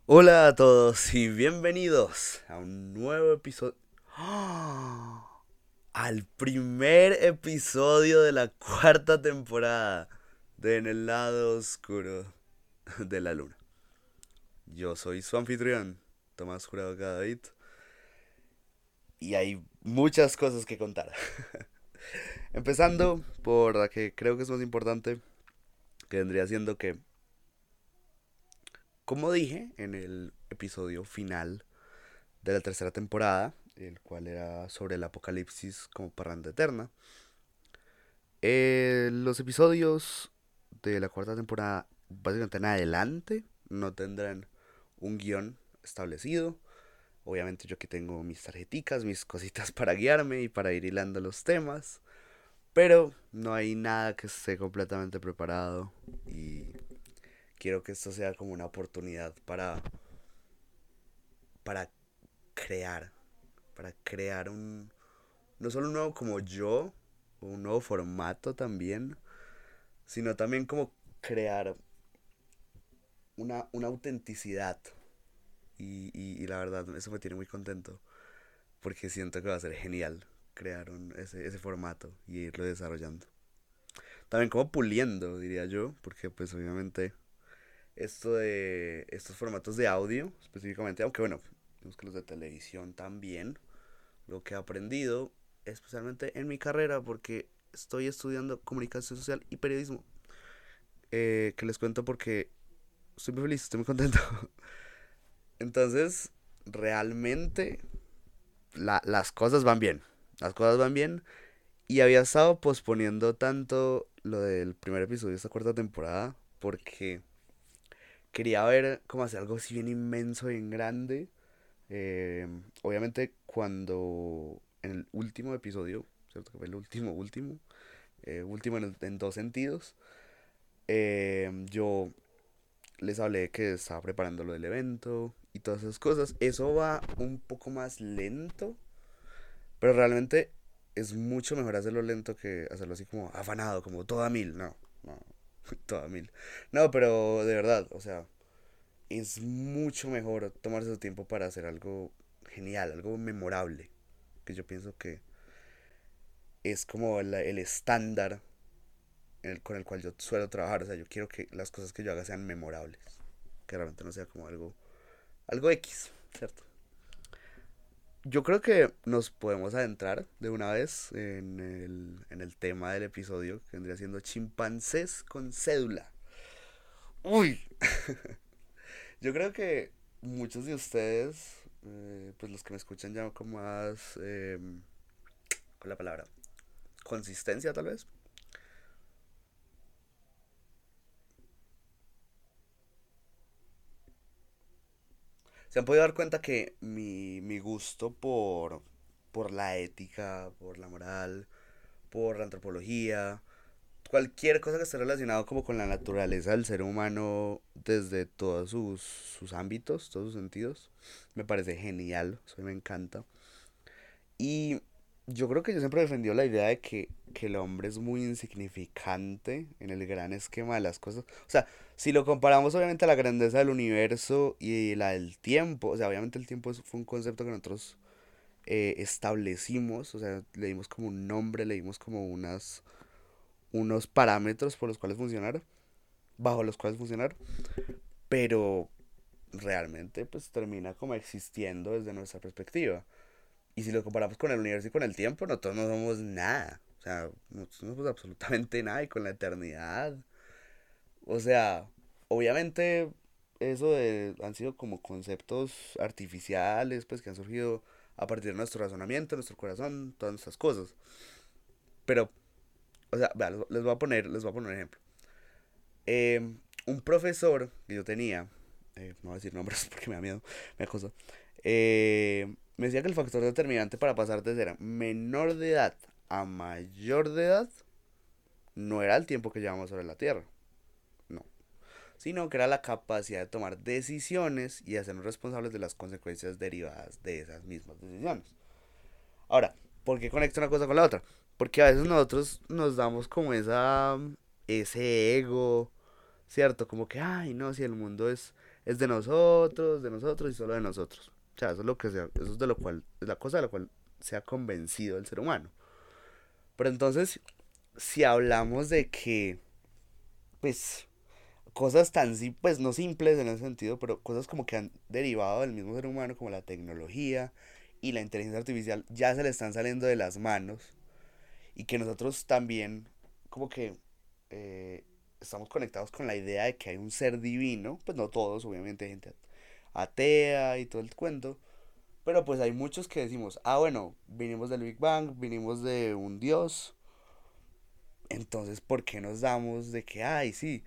Hola a todos y bienvenidos a un nuevo episodio. ¡Ah! Al primer episodio de la cuarta temporada de En el lado oscuro de la luna. Yo soy su anfitrión, Tomás Jurado David, y hay muchas cosas que contar. Empezando por la que creo que es más importante, que vendría siendo que, como dije en el episodio final de la tercera temporada, el cual era sobre el apocalipsis como parranda eterna. Los episodios de la cuarta temporada, básicamente en adelante, no tendrán un guión establecido. Obviamente yo aquí tengo mis tarjeticas, mis cositas para guiarme y para ir hilando los temas. Pero no hay nada que esté completamente preparado. Y quiero que esto sea como una oportunidad para crear. Para crear un, no solo un nuevo como yo, un nuevo formato también, sino también como crear una autenticidad. Y la verdad, eso me tiene muy contento, porque siento que va a ser genial crear ese formato y irlo desarrollando. También como puliendo, diría yo, porque pues obviamente esto de estos formatos de audio, específicamente, aunque bueno, digamos que los de televisión también, lo que he aprendido, especialmente en mi carrera, porque estoy estudiando comunicación social y periodismo, que les cuento porque estoy muy feliz, estoy muy contento. Entonces, realmente las cosas van bien. Las cosas van bien. Y había estado posponiendo tanto lo del primer episodio de esta cuarta temporada porque quería ver cómo hacer algo así bien inmenso, bien grande. Obviamente cuando en el último episodio, ¿cierto? Que fue el último en dos sentidos, yo les hablé que estaba preparando lo del evento y todas esas cosas. Eso va un poco más lento, pero realmente es mucho mejor hacerlo lento que hacerlo así como afanado, como toda mil. No, no, toda mil. No, pero de verdad, o sea, es mucho mejor tomarse su tiempo para hacer algo genial, algo memorable. Que yo pienso que es como el estándar con el cual yo suelo trabajar. O sea, yo quiero que las cosas que yo haga sean memorables. Que realmente no sea como algo X, ¿cierto? Yo creo que nos podemos adentrar de una vez en el tema del episodio, que vendría siendo chimpancés con cédula. Uy, yo creo que muchos de ustedes, pues los que me escuchan ya con más, con la palabra, consistencia tal vez, se han podido dar cuenta que mi gusto por la ética, por la moral, por la antropología, cualquier cosa que esté relacionado como con la naturaleza del ser humano desde todos sus ámbitos, todos sus sentidos, me parece genial, eso me encanta. Y yo creo que yo siempre he defendido la idea de que el hombre es muy insignificante en el gran esquema de las cosas. O sea, si lo comparamos obviamente a la grandeza del universo y la del tiempo, o sea, obviamente el tiempo fue un concepto que nosotros establecimos, o sea, le dimos como un nombre, le dimos como unos parámetros por los cuales funcionar, bajo los cuales funcionar, pero realmente pues termina como existiendo desde nuestra perspectiva. Y si lo comparamos con el universo y con el tiempo, nosotros no somos nada. O sea, nosotros no somos absolutamente nada y con la eternidad. O sea, obviamente han sido como conceptos artificiales, pues que han surgido a partir de nuestro razonamiento, nuestro corazón, todas nuestras cosas. Pero, o sea, vea, les voy a poner un ejemplo. Un profesor que yo tenía, no voy a decir nombres porque me da miedo, me da cosa, me decía que el factor determinante para pasar de ser menor de edad a mayor de edad no era el tiempo que llevamos sobre la Tierra, no, sino que era la capacidad de tomar decisiones y hacernos responsables de las consecuencias derivadas de esas mismas decisiones. Ahora, ¿por qué conecto una cosa con la otra? Porque a veces nosotros nos damos como ese ego, ¿cierto? Como que, ay, no, si el mundo es es de nosotros y solo de nosotros. O sea, eso es lo que sea, eso es de lo cual, es la cosa de la cual se ha convencido el ser humano. Pero entonces, si hablamos de que, pues, cosas tan, pues, no simples en ese sentido, pero cosas como que han derivado del mismo ser humano, como la tecnología y la inteligencia artificial, ya se le están saliendo de las manos y que nosotros también, como que, eh, estamos conectados con la idea de que hay un ser divino, pues no todos, obviamente hay gente atea y todo el cuento, pero pues hay muchos que decimos, ah, bueno, vinimos del Big Bang, vinimos de un dios, entonces, ¿por qué nos damos de que, ay, sí,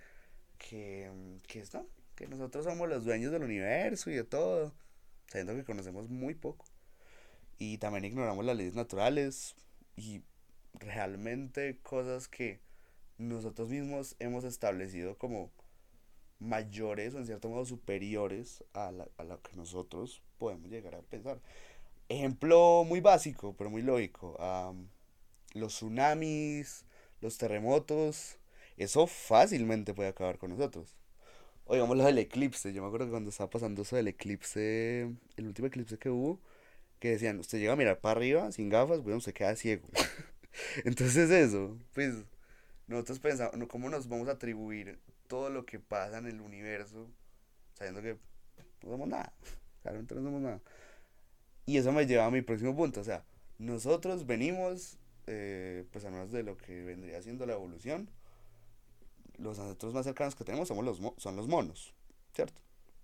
que esto, que nosotros somos los dueños del universo y de todo, sabiendo que conocemos muy poco y también ignoramos las leyes naturales y realmente cosas que nosotros mismos hemos establecido como mayores o en cierto modo superiores a lo que nosotros podemos llegar a pensar. Ejemplo muy básico, pero muy lógico. Los tsunamis, los terremotos, eso fácilmente puede acabar con nosotros. O digamos lo del eclipse. Yo me acuerdo que cuando estaba pasando eso del eclipse, el último eclipse que hubo, que decían, usted llega a mirar para arriba sin gafas, bueno, usted queda ciego. Entonces eso, pues nosotros pensamos, no, ¿cómo nos vamos a atribuir todo lo que pasa en el universo sabiendo que no somos nada? Realmente no somos nada. Y eso me lleva a mi próximo punto, o sea, nosotros venimos, pues además de lo que vendría siendo la evolución, los ancestros más cercanos que tenemos somos son los monos, ¿cierto?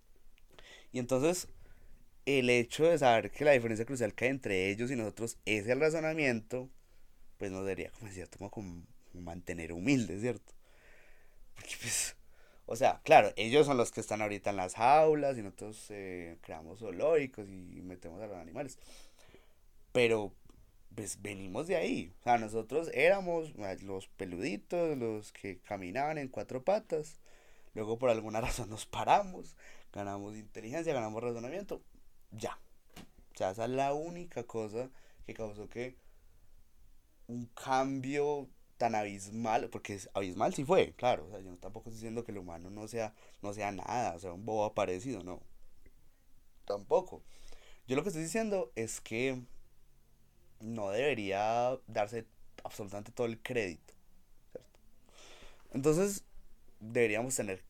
Y entonces el hecho de saber que la diferencia crucial que hay entre ellos y nosotros es el razonamiento, pues nos debería, como decía, como mantener humildes, ¿cierto? Porque pues, o sea, claro, ellos son los que están ahorita en las jaulas y nosotros creamos zoológicos y metemos a los animales. Pero pues venimos de ahí. O sea, nosotros éramos los peluditos, los que caminaban en cuatro patas. Luego por alguna razón nos paramos, ganamos inteligencia, ganamos razonamiento. Ya. O sea, esa es la única cosa que causó que un cambio tan abismal, porque es abismal sí fue, claro, o sea, yo tampoco estoy diciendo que el humano no sea nada, o sea, un bobo aparecido, no, tampoco. Yo lo que estoy diciendo es que no debería darse absolutamente todo el crédito, ¿cierto? Entonces, deberíamos tener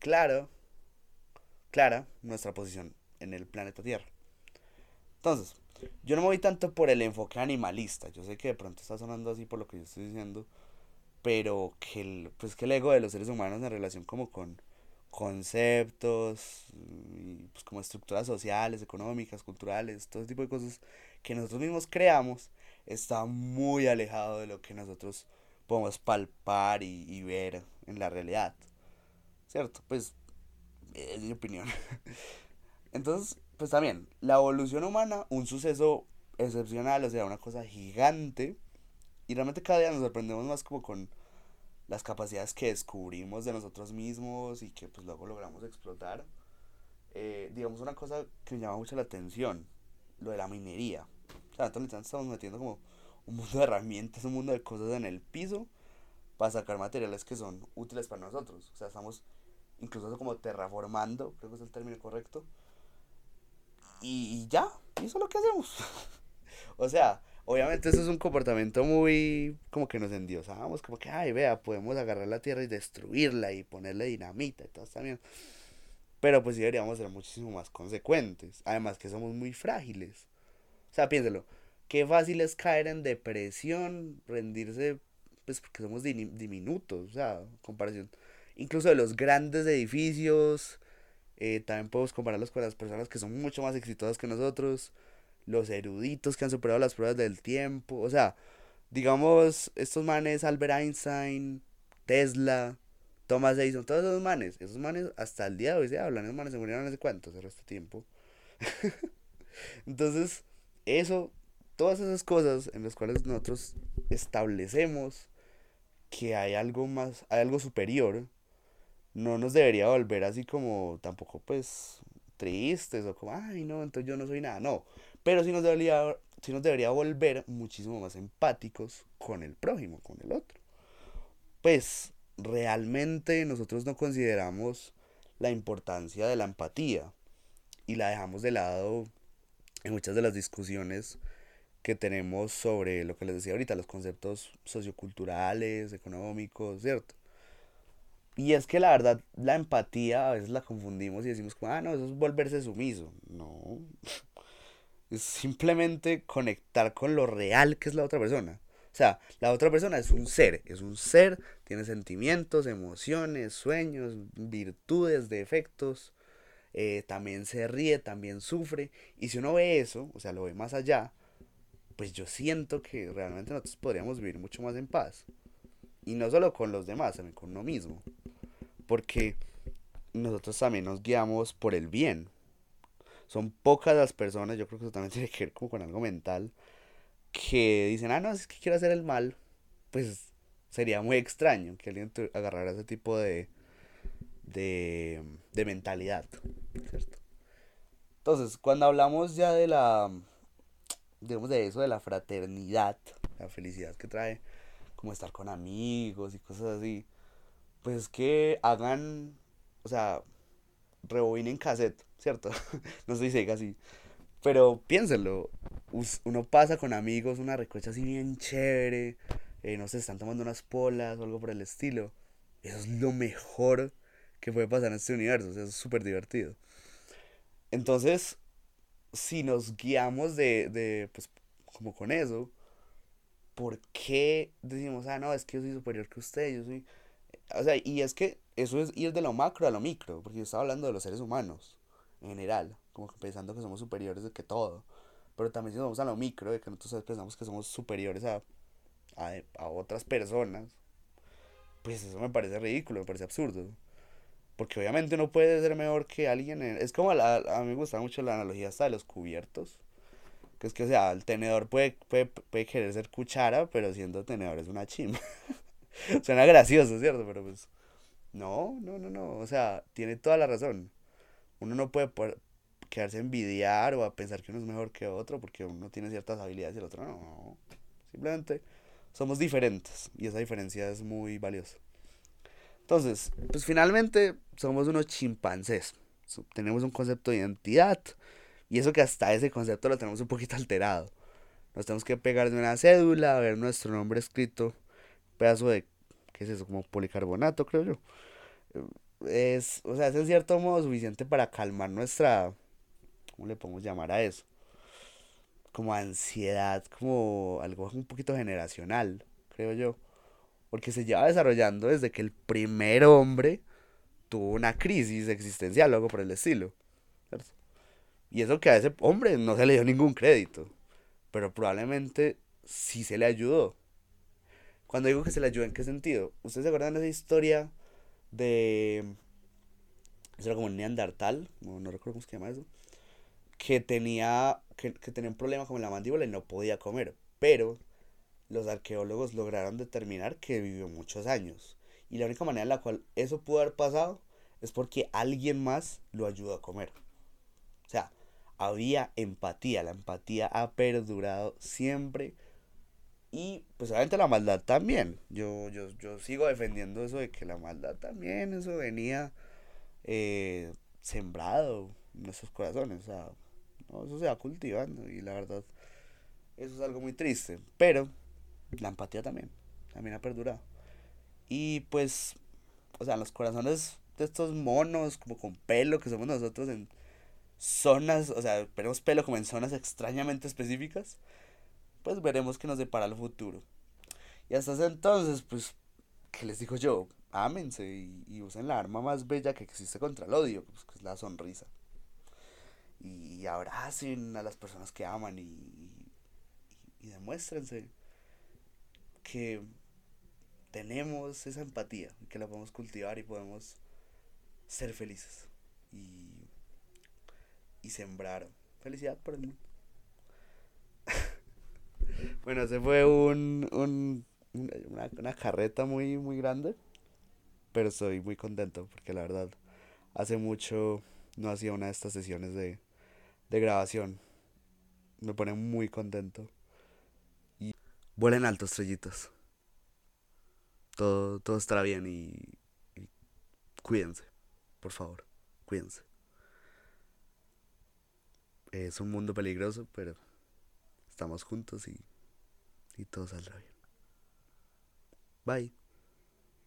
clara nuestra posición en el planeta Tierra. Entonces, yo no me voy tanto por el enfoque animalista, yo sé que de pronto está sonando así por lo que yo estoy diciendo, pero que pues que el ego de los seres humanos en relación como con conceptos y pues como estructuras sociales, económicas, culturales, todo ese tipo de cosas que nosotros mismos creamos está muy alejado de lo que nosotros podemos palpar y ver en la realidad, ¿cierto? Pues es mi opinión. Entonces, pues también, la evolución humana, un suceso excepcional, o sea, una cosa gigante, y realmente cada día nos sorprendemos más como con las capacidades que descubrimos de nosotros mismos y que pues luego logramos explotar. Digamos una cosa que me llama mucho la atención, lo de la minería. O sea, entonces estamos metiendo como un mundo de herramientas, un mundo de cosas en el piso para sacar materiales que son útiles para nosotros. O sea, estamos incluso como terraformando, creo que es el término correcto. Y ya, y eso es lo que hacemos. O sea, obviamente eso es un comportamiento muy como que nos endiosamos, como que, ay, vea, podemos agarrar la tierra y destruirla y ponerle dinamita y todo está bien. Pero pues sí deberíamos ser muchísimo más consecuentes. Además que somos muy frágiles. O sea, piénselo. Qué fácil es caer en depresión, rendirse, pues porque somos diminutos, o sea, comparación. Incluso de los grandes edificios, también podemos compararlos con las personas que son mucho más exitosas que nosotros, los eruditos que han superado las pruebas del tiempo, o sea, digamos, estos manes, Albert Einstein, Tesla, Thomas Edison, todos esos manes hasta el día de hoy se hablan, esos manes se murieron hace cuánto, hace este tiempo. Entonces, eso, todas esas cosas en las cuales nosotros establecemos que hay algo más, hay algo superior, no nos debería volver así como tampoco pues tristes o como, ay no, entonces yo no soy nada, no, pero sí nos debería volver muchísimo más empáticos con el prójimo, con el otro. Pues realmente nosotros no consideramos la importancia de la empatía. y la dejamos de lado en muchas de las discusiones que tenemos sobre lo que les decía ahorita, los conceptos socioculturales, económicos, ¿cierto? Y es que la verdad, la empatía a veces la confundimos y decimos como, ah, no, eso es volverse sumiso. No, es simplemente conectar con lo real que es la otra persona. O sea, la otra persona es un ser, tiene sentimientos, emociones, sueños, virtudes, defectos, también se ríe, también sufre. Y si uno ve eso, o sea, lo ve más allá, pues yo siento que realmente nosotros podríamos vivir mucho más en paz. Y no solo con los demás, también con uno mismo. Porque nosotros también nos guiamos por el bien. Son pocas las personas, yo creo que eso también tiene que ver como con algo mental, que dicen, ah, no, es que quiero hacer el mal. Pues sería muy extraño que alguien agarrara ese tipo de mentalidad, ¿cierto? Entonces, cuando hablamos ya de la, digamos de eso, de la fraternidad, la felicidad que trae, como estar con amigos y cosas así, pues que hagan, o sea, rebobinen cassette, ¿cierto? No sé si se diga así. Pero piénsenlo, uno pasa con amigos una recocha así bien chévere, no sé, están tomando unas polas o algo por el estilo. Eso es lo mejor que puede pasar en este universo, o sea, es súper divertido. Entonces, si nos guiamos pues, como con eso, ¿por qué decimos, ah, no, es que yo soy superior que usted, yo soy... O sea, y es que eso es ir de lo macro a lo micro, porque yo estaba hablando de los seres humanos en general, como que pensando que somos superiores de que todo. Pero también si nos vamos a lo micro, de que nosotros pensamos que somos superiores a otras personas, pues eso me parece ridículo, me parece absurdo. Porque obviamente uno puede ser mejor que alguien. Es como a mí me gusta mucho la analogía hasta de los cubiertos. Que es que, o sea, el tenedor puede querer ser cuchara, pero siendo tenedor es una chimba. Suena gracioso, ¿cierto? Pero pues, no, no, no, no. O sea, tiene toda la razón. Uno no puede quedarse a envidiar o a pensar que uno es mejor que otro porque uno tiene ciertas habilidades y el otro no. Simplemente somos diferentes y esa diferencia es muy valiosa. Entonces, pues finalmente somos unos chimpancés. Tenemos un concepto de identidad y eso que hasta ese concepto lo tenemos un poquito alterado. Nos tenemos que pegar de una cédula, ver nuestro nombre escrito, un pedazo de, ¿qué es eso? Como policarbonato, creo yo. O sea, es en cierto modo suficiente para calmar nuestra, ¿cómo le podemos llamar a eso? Como ansiedad, como algo un poquito generacional, creo yo. Porque se lleva desarrollando desde que el primer hombre tuvo una crisis existencial o algo por el estilo. ¿Cierto? Y eso que a ese hombre no se le dio ningún crédito, pero probablemente sí se le ayudó. Cuando digo que se le ayudó, ¿en qué sentido? ¿Ustedes se acuerdan de esa historia de... Eso era como un neandertal, no recuerdo cómo se llama eso, que tenía un problema con la mandíbula y no podía comer, pero los arqueólogos lograron determinar que vivió muchos años. Y la única manera en la cual eso pudo haber pasado es porque alguien más lo ayudó a comer. O sea, había empatía, la empatía ha perdurado siempre. Y pues obviamente la maldad también. Yo sigo defendiendo eso de que la maldad también, eso venía sembrado en nuestros corazones. O sea, no, eso se va cultivando y la verdad, eso es algo muy triste. Pero la empatía también ha perdurado. Y pues, o sea, los corazones de estos monos como con pelo que somos nosotros en zonas, o sea, tenemos pelo como en zonas extrañamente específicas, pues veremos qué nos depara el futuro. Y hasta ese entonces, pues, ¿qué les digo yo? Ámense y usen la arma más bella que existe contra el odio, pues, que es la sonrisa. Y abracen a las personas que aman y demuéstrense que tenemos esa empatía, que la podemos cultivar y podemos ser felices y, y sembrar felicidad por el mundo. Bueno, ese fue una carreta muy, muy grande, pero estoy muy contento porque la verdad hace mucho no hacía una de estas sesiones de grabación. Me pone muy contento. Y vuelen alto, estrellitas. Todo estará bien y cuídense, por favor, cuídense. Es un mundo peligroso, pero estamos juntos y todo saldrá bien. Bye.